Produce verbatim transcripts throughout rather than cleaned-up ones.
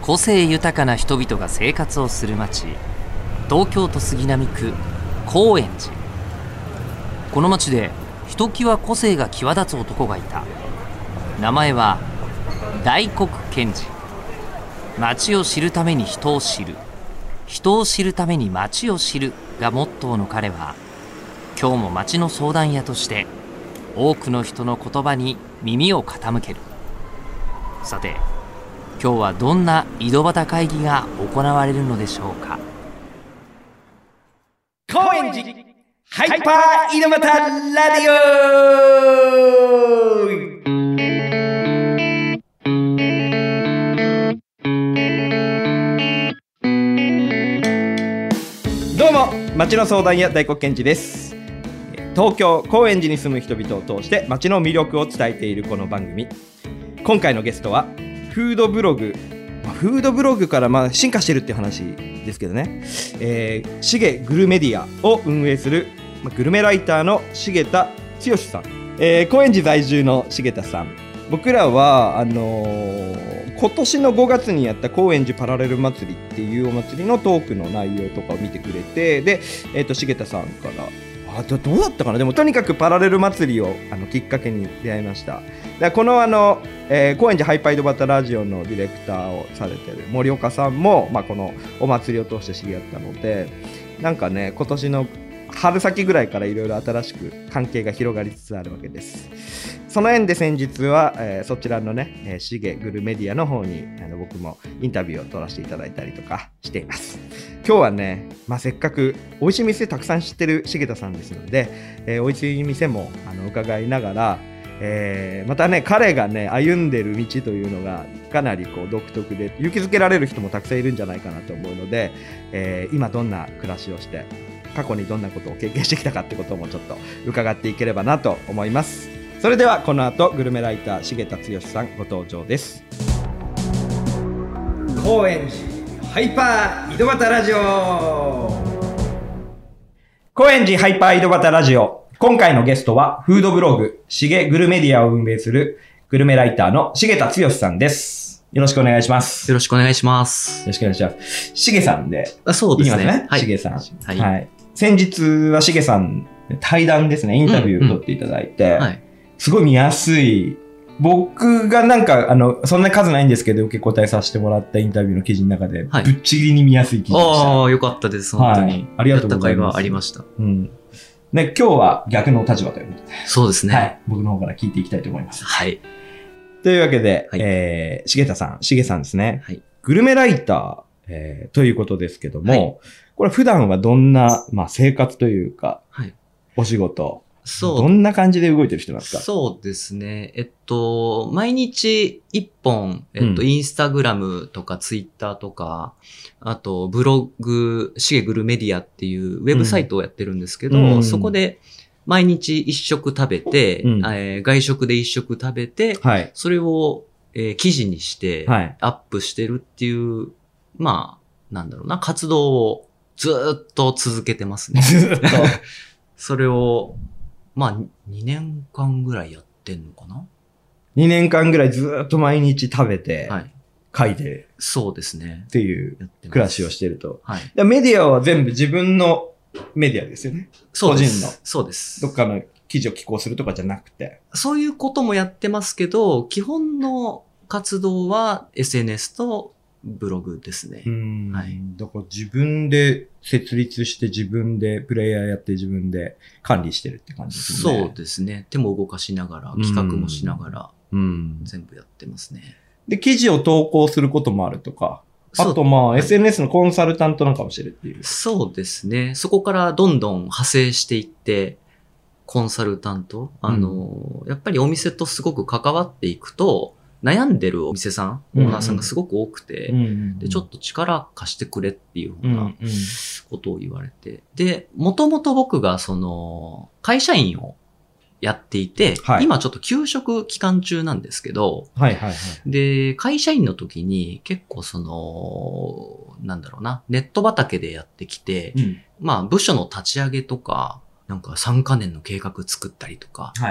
個性豊かな人々が生活をする町、東京都杉並区高円寺。この町でひときわ個性が際立つ男がいた。名前は大黒賢治。町を知るために人を知る、人を知るために町を知るがモットーの彼は、今日も町の相談屋として多くの人の言葉に耳を傾ける。さて、今日はどんな井戸端会議が行われるのでしょうか。 高円寺ハイパー井戸端ラディオ。どうも、町の相談屋大黒賢治です。東京高円寺に住む人々を通して町の魅力を伝えているこの番組。今回のゲストはフードブログ、まあ、フードブログからまあ進化してるっていう話ですけどね、えー、しげグルメディアを運営する、まあ、グルメライターの重田剛さん、えー、高円寺在住の重田さん、僕らはあのー、今年のごがつにやった高円寺パラレル祭りっていうお祭りのトークの内容とかを見てくれて、で、えーと、重田さんからあ ど, どうだったかな、でもとにかくパラレル祭りをあのきっかけに出会いました。でこのあの、えー、高円寺ハイパー井戸端ラジオのディレクターをされてる森岡さんも、まあ、このお祭りを通して知り合ったので、なんかね、今年の春先ぐらいからいろいろ新しく関係が広がりつつあるわけです。その縁で先日は、えー、そちらのね、えー、しげグルメディアの方にあの僕もインタビューを取らせていただいたりとかしています。今日はね、まあ、せっかく美味しい店たくさん知ってる重田さんですので、えー、美味しい店もあの伺いながら、えー、またね、彼がね歩んでる道というのがかなりこう独特で勇気づけられる人もたくさんいるんじゃないかなと思うので、えー、今どんな暮らしをして過去にどんなことを経験してきたかってこともちょっと伺っていければなと思います。それではこの後グルメライター重田剛さんご登場です。高円寺ハイパー井戸端ラジオ。高円寺ハイパー井戸端ラジオ、今回のゲストはフードブログしげグルメディアを運営するグルメライターの重田剛さんです。よろしくお願いします。 よろしくお願いします。 よろしくお願いします。重さんであ、そうですね。 いきますね。 はい、 重さん、 はいはい、先日は重さん対談ですね、インタビューを取っていただいて、うんうん、はい、すごい見やすい、僕がなんかあのそんな数ないんですけど受け答えさせてもらったインタビューの記事の中で、はい、ぶっちぎりに見やすい記事でした。 ああ、よかったです。本当に、はい、 ありがとうございます。 やった甲斐がありました。 うん。で、今日は逆の立場ということで。 そうですね。 はい。僕の方から聞いていきたいと思います。 はい。 というわけで、はい、えー、重田さん、重さんですね。はい。グルメライター、えー、ということですけども、はい、これ普段はどんな、まあ、生活というか、はい、お仕事、そう。どんな感じで動いてる人なんですか？ そうですね。えっと、毎日一本、えっと、うん、インスタグラムとかツイッターとか、あと、ブログ、しげグルメディアっていうウェブサイトをやってるんですけど、うん、そこで毎日一食食べて、うん、えー、外食で一食食べて、はい、それを、えー、記事にしてアップしてるっていう、はい、まあ、なんだろうな、活動をずっと続けてますね。ずっと。それを、まあ、にねんかんぐらいやってんのかな？ に 年間ぐらいずっと毎日食べて、はい、書いて、 そうですね。 っていう暮らしをしていると。はい。メディアは全部自分のメディアですよね。 そうです。 個人の。 そうです。 どっかの記事を寄稿するとかじゃなくて。 そういうこともやってますけど、基本の活動は エスエヌエス とブログですね。 うん。はい。だから自分で設立して自分でプレイヤーやって自分で管理してるって感じですね。 そうですね。手も動かしながら、企画もしながら、うん、全部やってますね。 で、記事を投稿することもあるとか、あとまあ、はい、エスエヌエス のコンサルタントなんかもしれるっていう。 そうですね。そこからどんどん派生していって、コンサルタント、あの、うん、やっぱりお店とすごく関わっていくと、悩んでるお店さん、オーナーさんがすごく多くて、うんうん、で、ちょっと力貸してくれっていうようなことを言われて、で、もともと僕がその、会社員をやっていて、はい、今ちょっと休職期間中なんですけど、はいはいはい、で、会社員の時に結構その、なんだろうな、ネット畑でやってきて、うん、まあ部署の立ち上げとか、なんかさんかねんの計画作ったりとか、はい、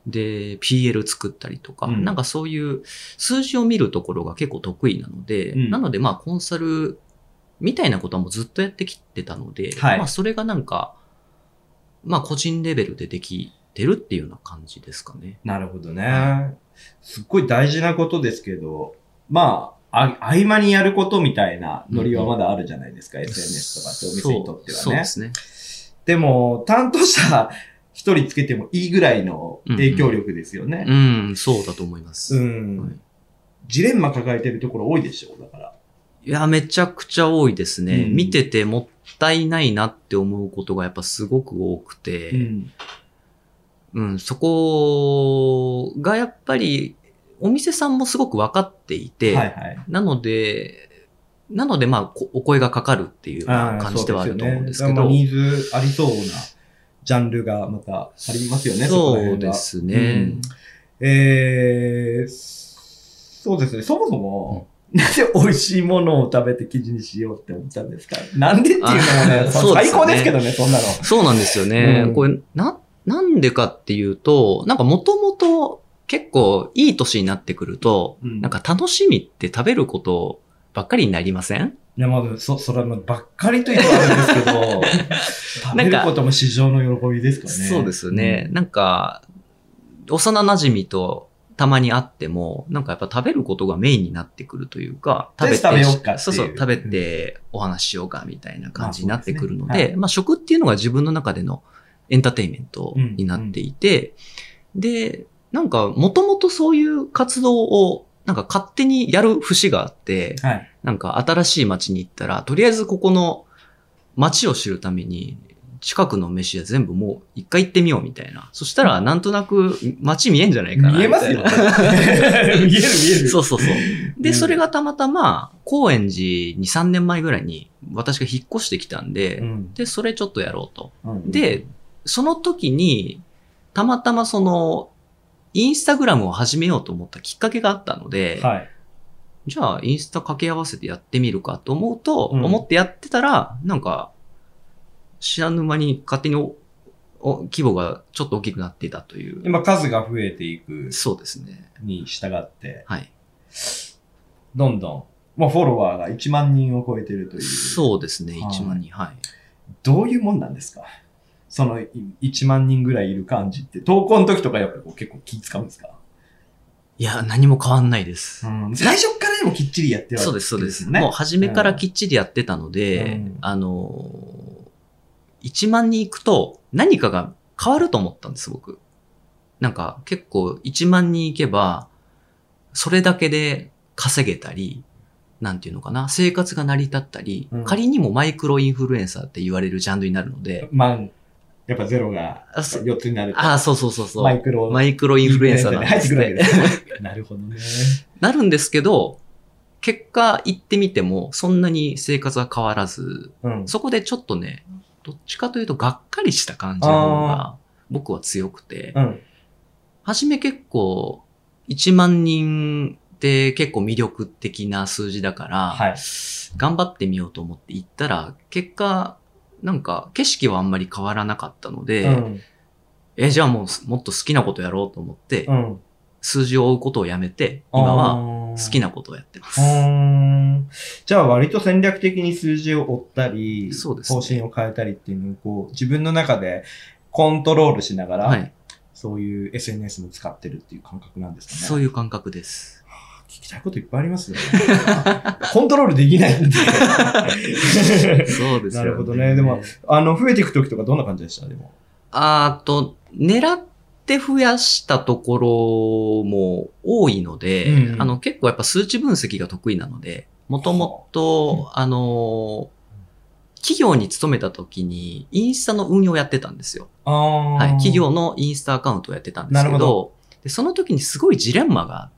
で、ピーエル 作ったりとか、 うん、 なんかそういう数字を見るところが結構得意なので、うん、なのでまあコンサルみたいなことはもうずっとやってきてたので、はい、まあそれがなんか、まあ個人レベルでできてるっていうような感じですかね。 なるほどね。はい、すっごい大事なことですけど、まあ、あ合間にやることみたいなノリはまだあるじゃないですか、うん、エスエヌエス とかってお店にとってはね。 そうですね。 でも、担当者一人つけてもいいぐらいの影響力ですよね。 うん、うんうん、そうだと思います。 うん、はい。ジレンマ抱えてるところ多いでしょう、だから。 いや、めちゃくちゃ多いですね。うん、見ててもったいないなって思うことがやっぱすごく多くて、うん、うん、そこがやっぱりお店さんもすごく分かっていて、はいはい、なので、なのでまあお声がかかるっていう感じではあると思うんですけど。 ね、ニーズありそうなジャンルがまたありますよね、 そうですね。うん、 えー、そうですね、そもそも、うん、なぜ美味しいものを食べて記事にしようって思ったんですか？なんでっていうのもね、最高ですけどね、そんなの。 そうなんですよね。うん、これ、な、なんでかっていうと、なんかもともと結構いい年になってくると、うん、なんか楽しみって食べることばっかりになりません？ いや、まず、そ、それはばっかりと言うとあるんですけど、食べることも市場の喜びですかね。 そうですね。うん、なんか、幼馴染とたまに会っても、なんかやっぱ食べることがメインになってくるというか、 食べて、食べようかっていう。 そうそう、食べてお話ししようかみたいな感じになってくるので、まあ、ねはい、まあ食っていうのが自分の中でのエンターテインメントになっていて、うんうん、で、なんかもともとそういう活動をなんか勝手にやる節があって、はい、なんか新しい街に行ったら、とりあえずここの街を知るために、近くの飯屋全部もう一回行ってみようみたいな。そしたらなんとなく街見えんじゃないかなみたいな。 見えますよ。見える見える。 そうそうそう。で、それがたまたま高円寺にさんねんまえぐらいに私が引っ越してきたんで、うん、で、それちょっとやろうと。うん、で、その時にたまたまそのインスタグラムを始めようと思ったきっかけがあったので、はい、じゃあインスタ掛け合わせてやってみるかと思うと、うん、思ってやってたら、なんか、知らぬ間に勝手におお規模がちょっと大きくなっていたという。 今数が増えていく。 そうですね。 に従って。 はい。 どんどん、まあフォロワーがいちまんにんを超えてるという。 そうですね、いちまんにん。はい。 どういうもんなんですか？そのいちまんにんぐらいいる感じって、投稿の時とかやっぱこう結構気使うんですか？ いや、何も変わんないです。 うん、最初からでもきっちりやってるわけですね。 そうです、そうです。もう初めからきっちりやってたので、うん、あの、いちまんにん行くと何かが変わると思ったんです、僕。なんか結構いちまんにん行けば、それだけで稼げたり、なんていうのかな、生活が成り立ったり、うん、仮にもマイクロインフルエンサーって言われるジャンルになるので。 まあ、やっぱゼロがよっつになると。 ああ、そうそうそうそう。 マイクロ。 マイクロインフルエンサーなんですね。 入ってくるわけですね。なるほどね。 なるんですけど、結果行ってみてもそんなに生活は変わらず、うん、そこでちょっとね、どっちかというとがっかりした感じの方が僕は強くて、うん、初め結構いちまんにんって結構魅力的な数字だから、はい、頑張ってみようと思って行ったら、結果なんか景色はあんまり変わらなかったので、うん、え、じゃあもうもっと好きなことやろうと思って、うん、数字を追うことをやめて、今は好きなことをやってます。 じゃあ割と戦略的に数字を追ったり、そうですね、方針を変えたりっていうのをこう自分の中でコントロールしながら、はい、そういう エスエヌエス も使ってるっていう感覚なんですかね。 そういう感覚です。 聞きたいこといっぱいありますね。コントロールできないんで。 そうですよね。 なるほどね。でも、あの、増えていくときとかどんな感じでした？でも。 あと、狙って増やしたところも多いので、うんうん、あの、結構やっぱ数値分析が得意なので、もともと、あの、企業に勤めた時にインスタの運用をやってたんですよ。はい。企業のインスタアカウントをやってたんですけど、どでその時にすごいジレンマがあって、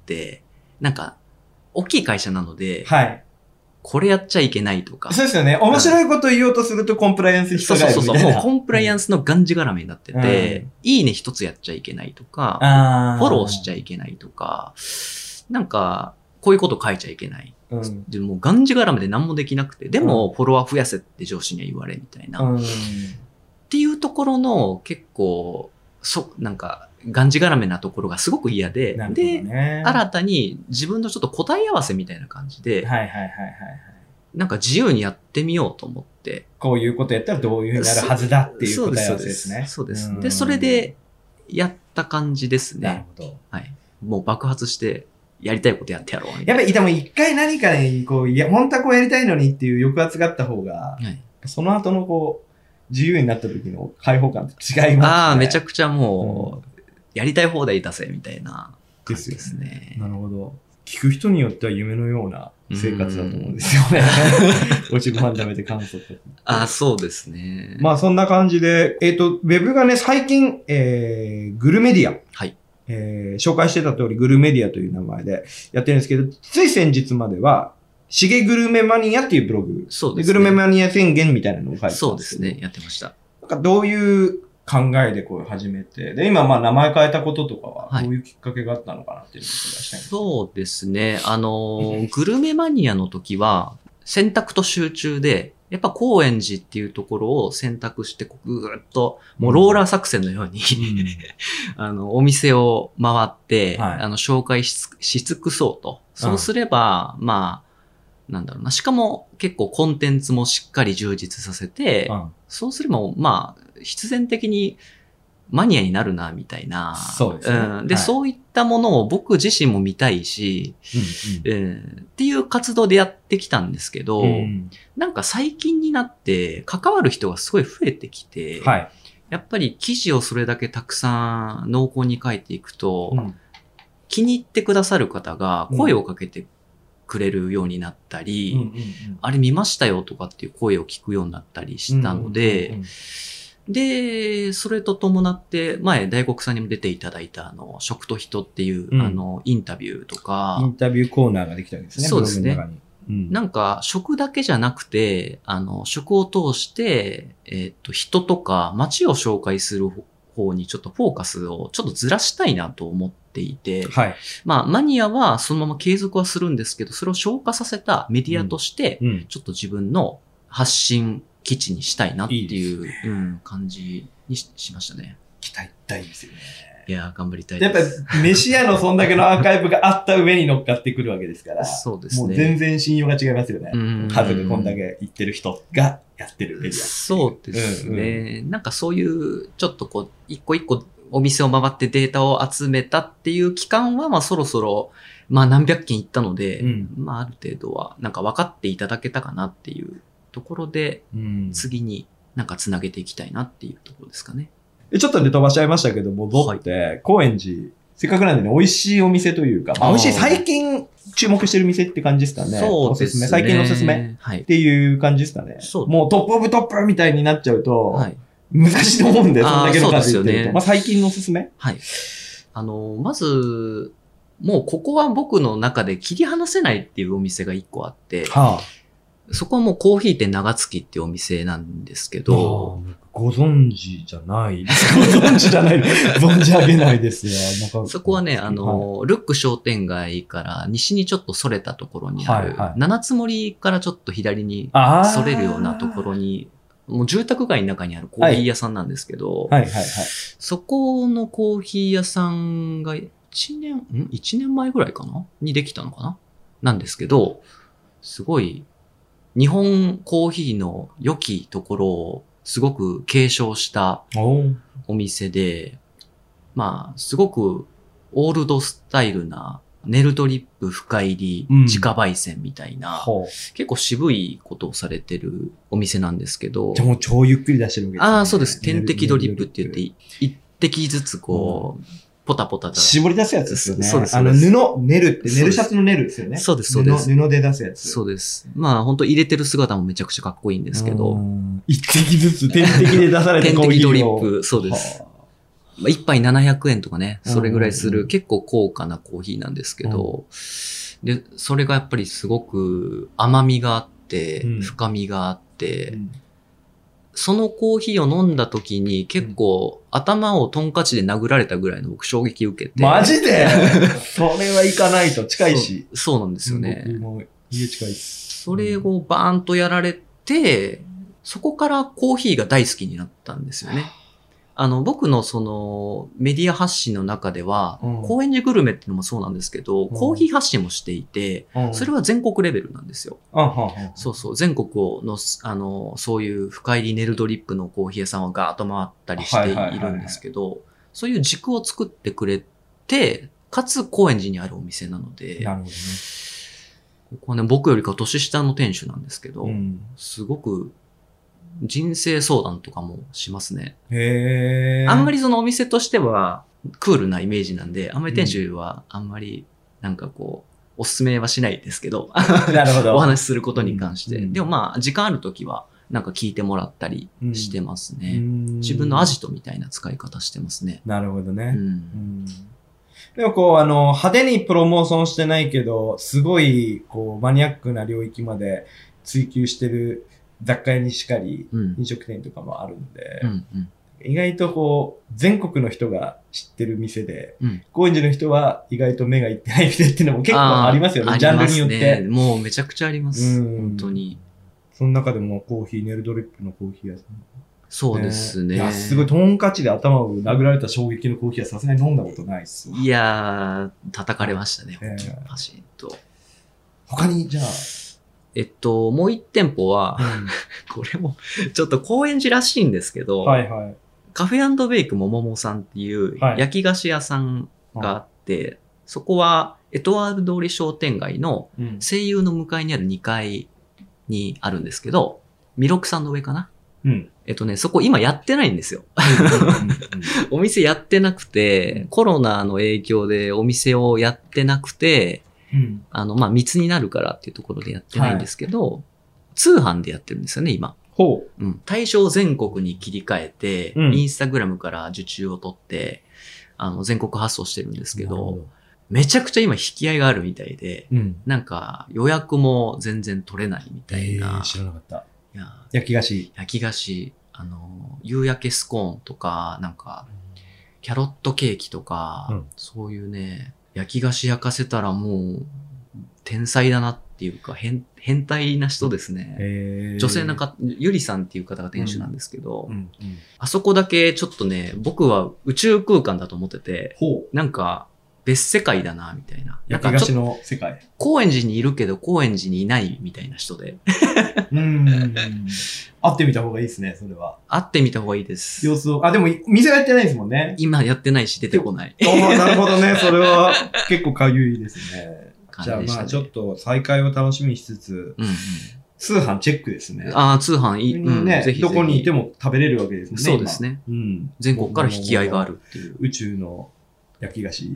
なんか、大きい会社なので、はい。これやっちゃいけないとか。 そうですよね。面白いこと言おうとするとコンプライアンス引っかかるみたいな。そうそうそう。もうコンプライアンスのがんじがらめになってて、うん、いいね一つやっちゃいけないとか、フォローしちゃいけないとか、なんか、こういうこと書いちゃいけない。うん、でもうがんじがらめで何もできなくて、でもフォロワー増やせって上司には言われみたいな。うん、っていうところの結構、 そ、なんか、がんじがらめなところがすごく嫌で、 なるほどで、 ね。 新たに自分のちょっと答え合わせみたいな感じで、 はいはいはいはいはい。 なんか自由にやってみようと思って。 こういうことやったらどういうふうになるはずだっていう答え合わせですね。 そうです。 うんで、それでやった感じですね。 なるほど。 はい。もう爆発してやりたいことやってやろうみたいな。 やっぱりでも一回何かにこう、いや、本当はこうやりたいのにっていう抑圧があった方が、 はい、 その後のこう、自由になった時の解放感って違いますね。 ああ、めちゃくちゃもう、うん、やりたい放題出せみたいな感じですね。 ですよね。なるほど。聞く人によっては夢のような生活だと思うんですよね。おしご飯食べて感想とか。 ああ、そうですね。 まあそんな感じで、えっ、ー、と、ウェブがね、最近、えー、グルメディア。 はい。 えー、紹介してた通りグルメディアという名前でやってるんですけど、つい先日までは、しげグルメマニアっていうブログ。 そうですね。 グルメマニア宣言みたいなのを書いてます。 そうですね。やってました。 なんかどういう考えでこう始めて、で、今まあ名前変えたこととかは、どういうきっかけがあったのかなっていうのをお伺いしたいんです。 そうですね。あの、グルメマニアの時は、選択と集中で、やっぱ高円寺っていうところを選択して、ぐーっと、もうローラー作戦のように、うん、あの、お店を回って、はい、あの、紹介し、し尽くそうと。そうすれば、うん、まあ、なんだろうな。しかも結構コンテンツもしっかり充実させて、うん、そうすれば、まあ、必然的にマニアになるな、みたいな。 そうですね。 うん、で、はい、そういったものを僕自身も見たいし、うんうんうん、っていう活動でやってきたんですけど、うん、なんか最近になって関わる人がすごい増えてきて、はい、やっぱり記事をそれだけたくさん濃厚に書いていくと、うん、気に入ってくださる方が声をかけてくれるようになったり、うんうんうん、あれ見ましたよとかっていう声を聞くようになったりしたので、うんうんうん、で、それと伴って、前、大黒さんにも出ていただいた、あの、食と人っていう、うん、あの、インタビューとか。 インタビューコーナーができたわけですね。 そうですね。 うん、 なんか、食だけじゃなくて、あの、食を通して、えっと、人とか街を紹介する方にちょっとフォーカスをちょっとずらしたいなと思っていて、 はい。 まあ、マニアはそのまま継続はするんですけど、それを消化させたメディアとして、ちょっと自分の発信基地にしたいなっていう、いいね、うん、感じに し, しましたね。 期待大ですよね。 いや、頑張りたいです。 やっぱ、飯屋のそんだけのアーカイブがあった上に乗っかってくるわけですから。 そうですね。 もう全然信用が違いますよね。数がこんだけ言ってる人がやってるメディア。 そうですね、うんうん。なんかそういう、ちょっとこう、一個一個お店を回ってデータを集めたっていう期間は、まあそろそろ、まあ何百件行ったので、うん、まあある程度は、なんか分かっていただけたかなっていうところで、うん、次になんかつなげていきたいなっていうところですかね。 ちょっとね、飛ばしちゃいましたけども、戻って、はい、高円寺、せっかくなんでね、美味しいお店というか、まあ、美味しい、最近注目してる店って感じですかね。 そうですね。 おすすめ、最近のおすすめっていう感じですかね。 そう。 もうトップオブトップみたいになっちゃうと、はい、難しいと思うんで、そんだけの数言ってると。ね、まあ最近のおすすめはい。あの、まず、もうここは僕の中で切り離せないっていうお店が一個あって、はあ、そこはもうコーヒー店長月っていうお店なんですけど、 ご存知じゃないです。ご存知じゃない。存じ上げないですよ。 そこはね、あの、はい、ルック商店街から西にちょっとそれたところにある、はいはい、七つ森からちょっと左にそれるようなところに、もう住宅街の中にあるコーヒー屋さんなんですけど、 はい、はいはいはいそこのコーヒー屋さんがいちねん、ん ?いち 年前ぐらいかなにできたのかななんですけど、すごい、日本コーヒーの良きところをすごく継承したお店で、まあ、すごくオールドスタイルなネルドリップ深入り自家焙煎みたいな、うん、結構渋いことをされてるお店なんですけど。 じゃあもう超ゆっくり出してるわけですね。 ああ、そうです。点滴ドリップって言って、一滴ずつこう、うんポタポタと。 絞り出すやつですよね。 そうです。 あの、布、ネルって、ネルシャツのネルですよね。 そうです、そうです。 布で出すやつ。 そうです。まあ、本当入れてる姿もめちゃくちゃかっこいいんですけど。 一滴ずつ点滴で出されてコーヒーを点滴ドリップ、そうです。まあ、一杯ななひゃくえんとかね、それぐらいする結構高価なコーヒーなんですけど、で、それがやっぱりすごく甘みがあって、深みがあって、うんそのコーヒーを飲んだ時に結構頭をトンカチで殴られたぐらいの僕衝撃を受けて。 マジでそれは行かないと近いし。 そう、そうなんですよね。 僕も家近いし。 それをバーンとやられて、そこからコーヒーが大好きになったんですよね。 あの、僕のその、メディア発信の中では、 うん、 高円寺グルメっていうのもそうなんですけど、うん、コーヒー発信もしていて、うん、それは全国レベルなんですよ。うん、そうそう、全国をの、あの、そういう深入りネルドリップのコーヒー屋さんをガーッと回ったりしているんですけど、そういう軸を作ってくれて、かつ高円寺にあるお店なので、 なるほどね。 ここはね、僕よりか年下の店主なんですけど、うん、すごく、人生相談とかもしますね。 へー。 あんまりそのお店としてはクールなイメージなんで、あんまり店主はあんまりなんかこう、おすすめはしないですけど、 なるほど。 お話しすることに関して。うん、でもまあ、時間あるときはなんか聞いてもらったりしてますね。うん、自分のアジトみたいな使い方してますね。 なるほどね。うんうん、でもこう、あの、派手にプロモーションしてないけど、すごい、こう、マニアックな領域まで追求してる雑貨屋にしかり、うん、飲食店とかもあるんで、うんうん、意外とこう、全国の人が知ってる店で、うん、高円寺の人は意外と目がいってない店っていうのも結構ありますよね、ジャンルによって。 もうめちゃくちゃあります。うん、本当に。 その中でもコーヒー、ネルドリップのコーヒー屋さん。 そうですね。 いや、すごい、トンカチで頭を殴られた衝撃のコーヒーはさすがに飲んだことないっす。 いやー、叩かれましたね、えー、パシッと。 他に、じゃあ、 えっと、もう一店舗は、うん、これも、ちょっと高円寺らしいんですけど、はいはい、カフェ&ベイクもももさんっていう焼き菓子屋さんがあって、はい、そこはエトワール通り商店街の声優の向かいにあるにかいにあるんですけど、ミロクさんの上かな、うん、えっとね、そこ今やってないんですよ。お店やってなくて、コロナの影響でお店をやってなくて、うん、あの、まあ、密になるからっていうところでやってないんですけど、はい、通販でやってるんですよね、今。 ほう。うん。対象全国に切り替えて、うん、インスタグラムから受注を取って、あの、全国発送してるんですけど、どめちゃくちゃ今引き合いがあるみたいで、うん、なんか予約も全然取れないみたいな。 えー、知らなかった。いや焼き菓子。 焼き菓子。あの、夕焼けスコーンとか、なんか、キャロットケーキとか、うん、そういうね、焼き菓子焼かせたらもう、天才だなっていうか、変、変態な人ですね。女性なんか、ゆりさんっていう方が店主なんですけど、うんうんうん、あそこだけちょっとね、僕は宇宙空間だと思ってて、なんか、別世界だな、みたいな。 焼き菓子の世界。 高円寺にいるけど、高円寺にいないみたいな人で。 うん。会ってみた方がいいですね、それは。 会ってみた方がいいです。 様子を。あ、でも、店はやってないですもんね。 今やってないし、出てこない。 ああ、なるほどね。それは結構かゆいですね。じゃあまあ、ちょっと再会を楽しみにしつつ、うんうん、通販チェックですね。 ああ、通販いい、うん、 ね、ぜひぜひ。どこにいても食べれるわけですね。 そうですね。うん。全国から引き合いがあるっていう。 宇宙の焼き菓子。違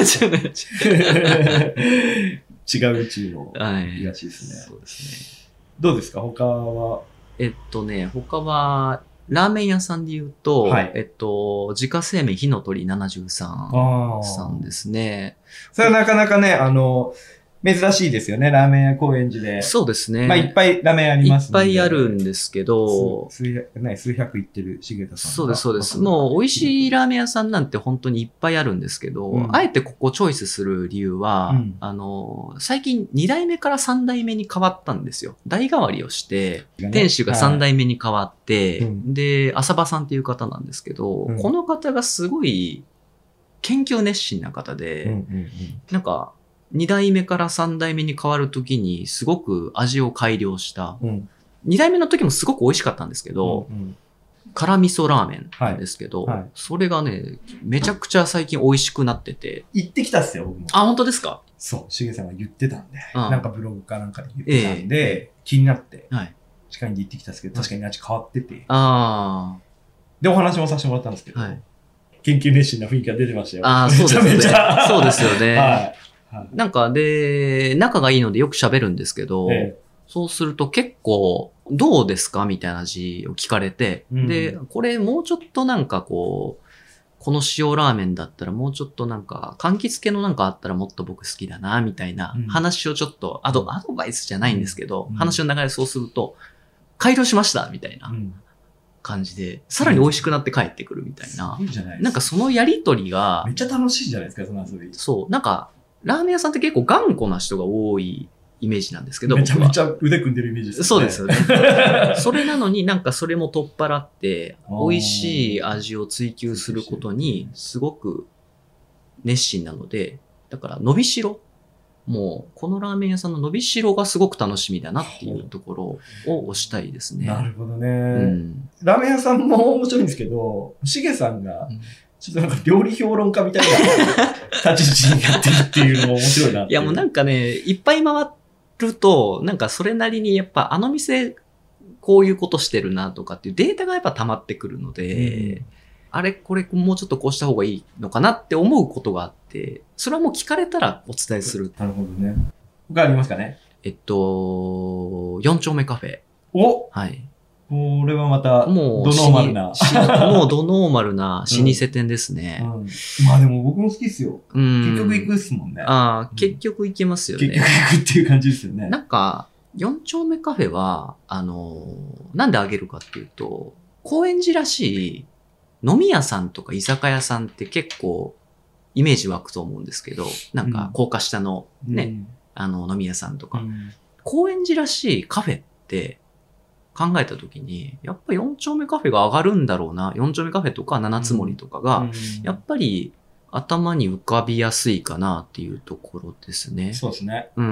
う宇宙の焼き菓子ですね。はい、そうですね。どうですか他は。 えっとね、他は、ラーメン屋さんで言うと、はい、えっと、自家製麺火の鳥ななじゅうさんさんですね。 それはなかなかね、あの、珍しいですよね、ラーメン屋高円寺で。 そうですね。 まあ、いっぱいラーメンありますね。いっぱいあるんですけど、 数百、ね、数百いってる重田さん。 そうです、そうです。もう、美味しいラーメン屋さんなんて本当にいっぱいあるんですけど、うん、あえてここチョイスする理由は、うん、あの、最近に代目からさん代目に変わったんですよ。代替わりをして、ね、店主がさん代目に変わって、はい、で、浅場さんっていう方なんですけど、うん、この方がすごい研究熱心な方で、うんうんうん、なんか、に代目からさん代目に変わるときにすごく味を改良した、うん、に代目の時もすごく美味しかったんですけど、うんうん、辛味噌ラーメンなんですけど、はいはい、それがね、めちゃくちゃ最近美味しくなってて。 行ってきたっすよ、僕も。 あ、本当ですか？ そう、しげさんが言ってたんで、うん、なんかブログかなんかで言ってたんで、えー、気になって、はい、近に行ってきたんですけど、確かに味変わってて。あで、お話もさせてもらったんですけど、はい、研究熱心な雰囲気が出てましたよ。 ああ、そうですね。そうですよね。はいなんかで、仲がいいのでよく喋るんですけど、ええ、そうすると結構、どうですかみたいな字を聞かれて、うん、で、これもうちょっとなんかこう、この塩ラーメンだったらもうちょっとなんか、柑橘系のなんかあったらもっと僕好きだな、みたいな話をちょっと、アド、アドバイスじゃないんですけど、うん、話の流れそうすると、改良しましたみたいな感じで、さらに美味しくなって帰ってくるみたいな。いいじゃないですか。なんかそのやりとりが、 めっちゃ楽しいじゃないですか、その遊び。 そう、なんか、ラーメン屋さんって結構頑固な人が多いイメージなんですけど、 めちゃめちゃ腕組んでるイメージですね。 そうですよね。それなのになんかそれも取っ払って、美味しい味を追求することにすごく熱心なので、だから伸びしろ、もうこのラーメン屋さんの伸びしろがすごく楽しみだなっていうところを推したいですね。 なるほどね、 うん。 ラーメン屋さんも面白いんですけど、しげさんが、ちょっとなんか料理評論家みたいな立ち位置になってるっていうのも面白いなって。 いやもうなんかね、いっぱい回ると、なんかそれなりにやっぱあの店こういうことしてるなとかっていうデータがやっぱ溜まってくるので、うん、あれこれもうちょっとこうした方がいいのかなって思うことがあって、それはもう聞かれたらお伝えする。 なるほどね。他ありますかね。 えっと、よん丁目カフェ。 おはい。 これはまた、 もう、 ドノーマルな。 もうドノーマルな老舗店ですね。 うんうん、まあでも僕も好きっすよ。 うん、 結局行くっすもんね。 ああ、結局行けますよね。 結局行くっていう感じですよね。 なんか、よん丁目カフェは、あの、なんであげるかっていうと、高円寺らしい飲み屋さんとか居酒屋さんって結構イメージ湧くと思うんですけど、なんか高架下のね、うん、あの飲み屋さんとか、うん、高円寺らしいカフェって考えたときに、やっぱよん丁目カフェが上がるんだろうな、よん丁目カフェとか七つ森とかが、うん、やっぱり頭に浮かびやすいかなっていうところですね。 そうですね。 うん。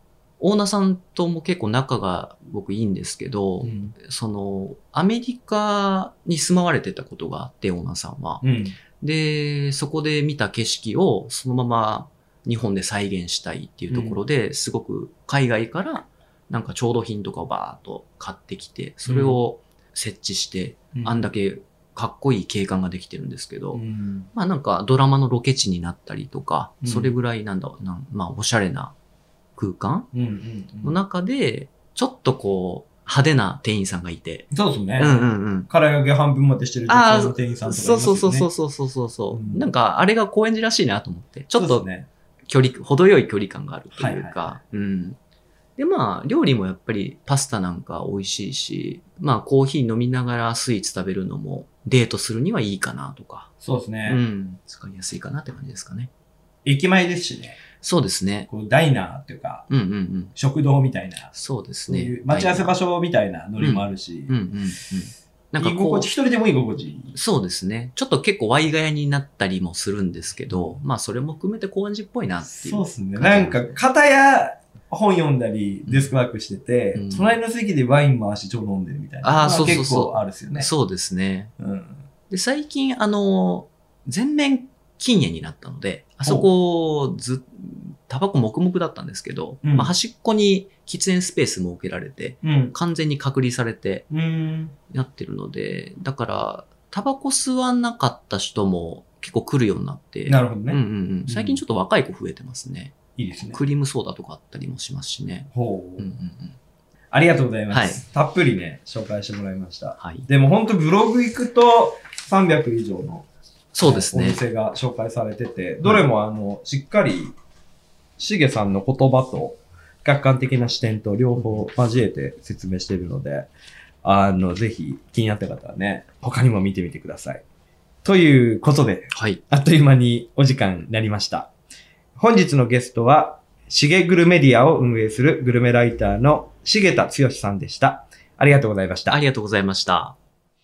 オーナーさんとも結構仲が僕いいんですけど、うん、その、アメリカに住まわれてたことがあって、オーナーさんは。うん、で、そこで見た景色をそのまま日本で再現したいっていうところで、うん、すごく海外からなんか調度品とかをバーっと買ってきて、それを設置して、うん、あんだけかっこいい景観ができてるんですけど、うん、まあなんかドラマのロケ地になったりとか、うん、それぐらいなんだろうな、まあおしゃれな空間の中で、ちょっとこう、派手な店員さんがいて。 そうですね。 うんうんうん。 唐揚げ半分までしてる女性の店員さんとかいますよね。 そうそうそうそうそうそうそう、うん。なんか、あれが高円寺らしいなと思って。ちょっと、距離、程よい距離感があるというか。はいはい、うん。で、まあ、料理もやっぱりパスタなんか美味しいし、まあ、コーヒー飲みながらスイーツ食べるのもデートするにはいいかなとか。 そうですね。 うん。使いやすいかなって感じですかね。 駅前ですしね。 そうですね。 こうダイナーっていうか、 うんうんうん、 食堂みたいな。 そうですね。 待ち合わせ場所みたいなノリもあるし。 うんうんうんうん、 なんか居心地、一人でも居心地いい。 そうですね。ちょっと結構ワイガヤになったりもするんですけど、まあそれも含めて高円寺っぽいなっていう。 そうですね。なんか、片や本読んだり、デスクワークしてて、うん、隣の席でワイン回しちょうど飲んでるみたいな。 ああ、そうそうそう。 結構あるですよね。 そうですね。 うん、 で、最近、あの、全面禁煙になったので、あそこず、タバコ黙々だったんですけど、うん、まあ端っこに喫煙スペース設けられて、うん、完全に隔離されて、やってるので、だから、タバコ吸わなかった人も結構来るようになって、 なるほどね。 うんうんうん、最近ちょっと若い子増えてますね。 いいですね。 クリームソーダとかあったりもしますしね。 ほう。 うんうんうん、 ありがとうございます、はい。たっぷりね、紹介してもらいました。はい、でも本当ブログ行くとさんびゃく以上のそうですね。 お店が紹介されてて、どれもあの、しっかり、しげさんの言葉と客観的な視点と両方交えて説明しているので、あの、ぜひ気になった方はね、他にも見てみてください。ということで、 はい、 あっという間にお時間になりました。本日のゲストは、しげグルメディアを運営するグルメライターの重田剛さんでした。ありがとうございました。 ありがとうございました。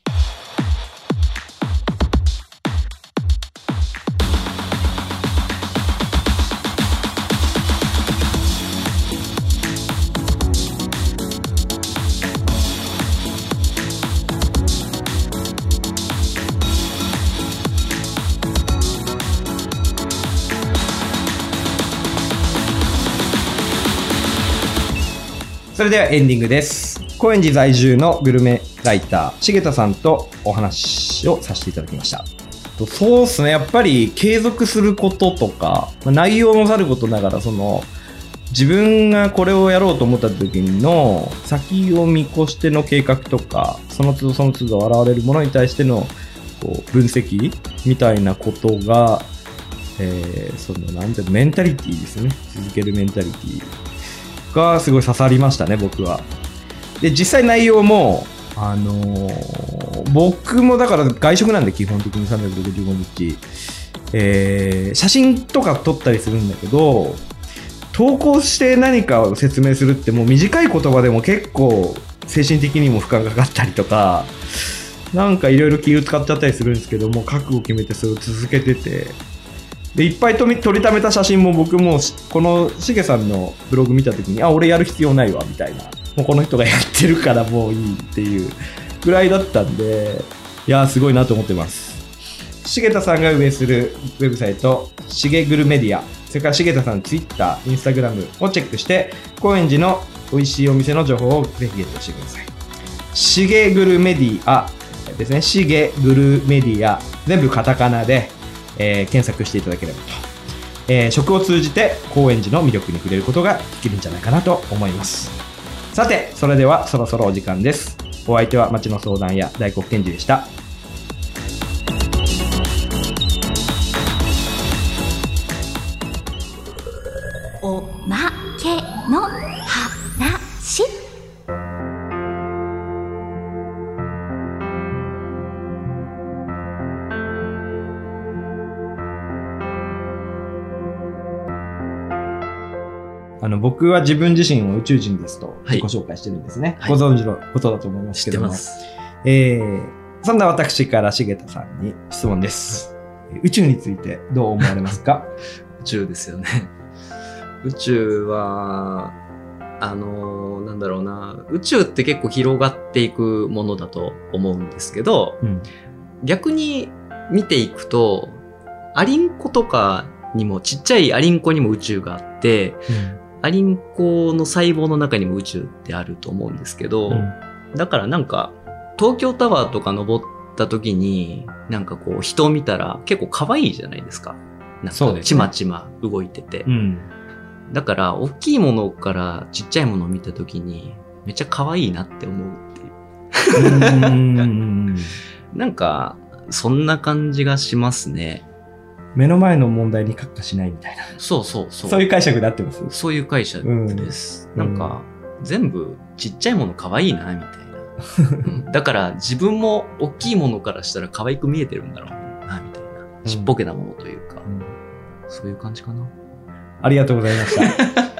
それではエンディングです。高円寺在住のグルメライター重田さんとお話をさせていただきました。そうですね、やっぱり継続することとか内容もさることながら、その自分がこれをやろうと思った時の先を見越しての計画とか、その都度その都度現れるものに対してのこう分析みたいなことが、えー、そのなんていうのメンタリティですね。続けるメンタリティがすごい刺さりましたね、僕は。で、実際内容も、あのー、僕もだから外食なんで基本的にさんびゃくろくじゅうごにち、えー、写真とか撮ったりするんだけど、 投稿して何かを説明するってもう短い言葉でも結構精神的にも負荷がかかったりとか、なんかいろいろ気を使っちゃったりするんですけども、覚悟を決めてそれを続けてて、でいっぱい撮り撮りためた写真も僕もこのしげさんのブログ見た時に、あ、俺やる必要ないわみたいな、もうこの人がやってるからもういいっていうぐらいだったんで、いやーすごいなと思ってます。重田さんが運営するウェブサイトしげぐるメディア、それから重田さんのツイッター、インスタグラムをチェックして、高円寺の美味しいお店の情報をぜひゲットしてください。しげぐるメディアですね。しげぐるメディア、全部カタカナで、えー、検索していただければと、えー、食を通じて高円寺の魅力に触れることができるんじゃないかなと思います。さて、それではそろそろお時間です。お相手は町の相談屋大黒賢治でした。 おまけの話。 あの僕は自分自身を宇宙人ですと自己紹介してるんですね、はい、ご存知のことだと思いますけども、はい、知ってます。えー、そんな私から重田さんに質問です。宇宙についてどう思われますか？ 宇宙ですよね。宇宙はあのー、なんだろうな、宇宙って結構広がっていくものだと思うんですけど、うん、逆に見ていくとアリンコとかにも、ちっちゃいアリンコにも宇宙があって、うん、アリンコの細胞の中にも宇宙ってあると思うんですけど、うん、だからなんか東京タワーとか登った時になんかこう人を見たら結構可愛いじゃないですか。なんかちまちま動いてて、うん、だから大きいものからちっちゃいものを見た時にめっちゃ可愛いなって思うっていう。うーんなんかそんな感じがしますね。 目の前の問題にカッカしないみたいな。 そうそうそう。 そういう解釈になってます。 そういう解釈です。うん、なんか、全部ちっちゃいもの可愛いな、みたいな、うん。だから自分も大きいものからしたら可愛く見えてるんだろうな、みたいな。ちっぽけなものというか、うん、そういう感じかな。 ありがとうございました。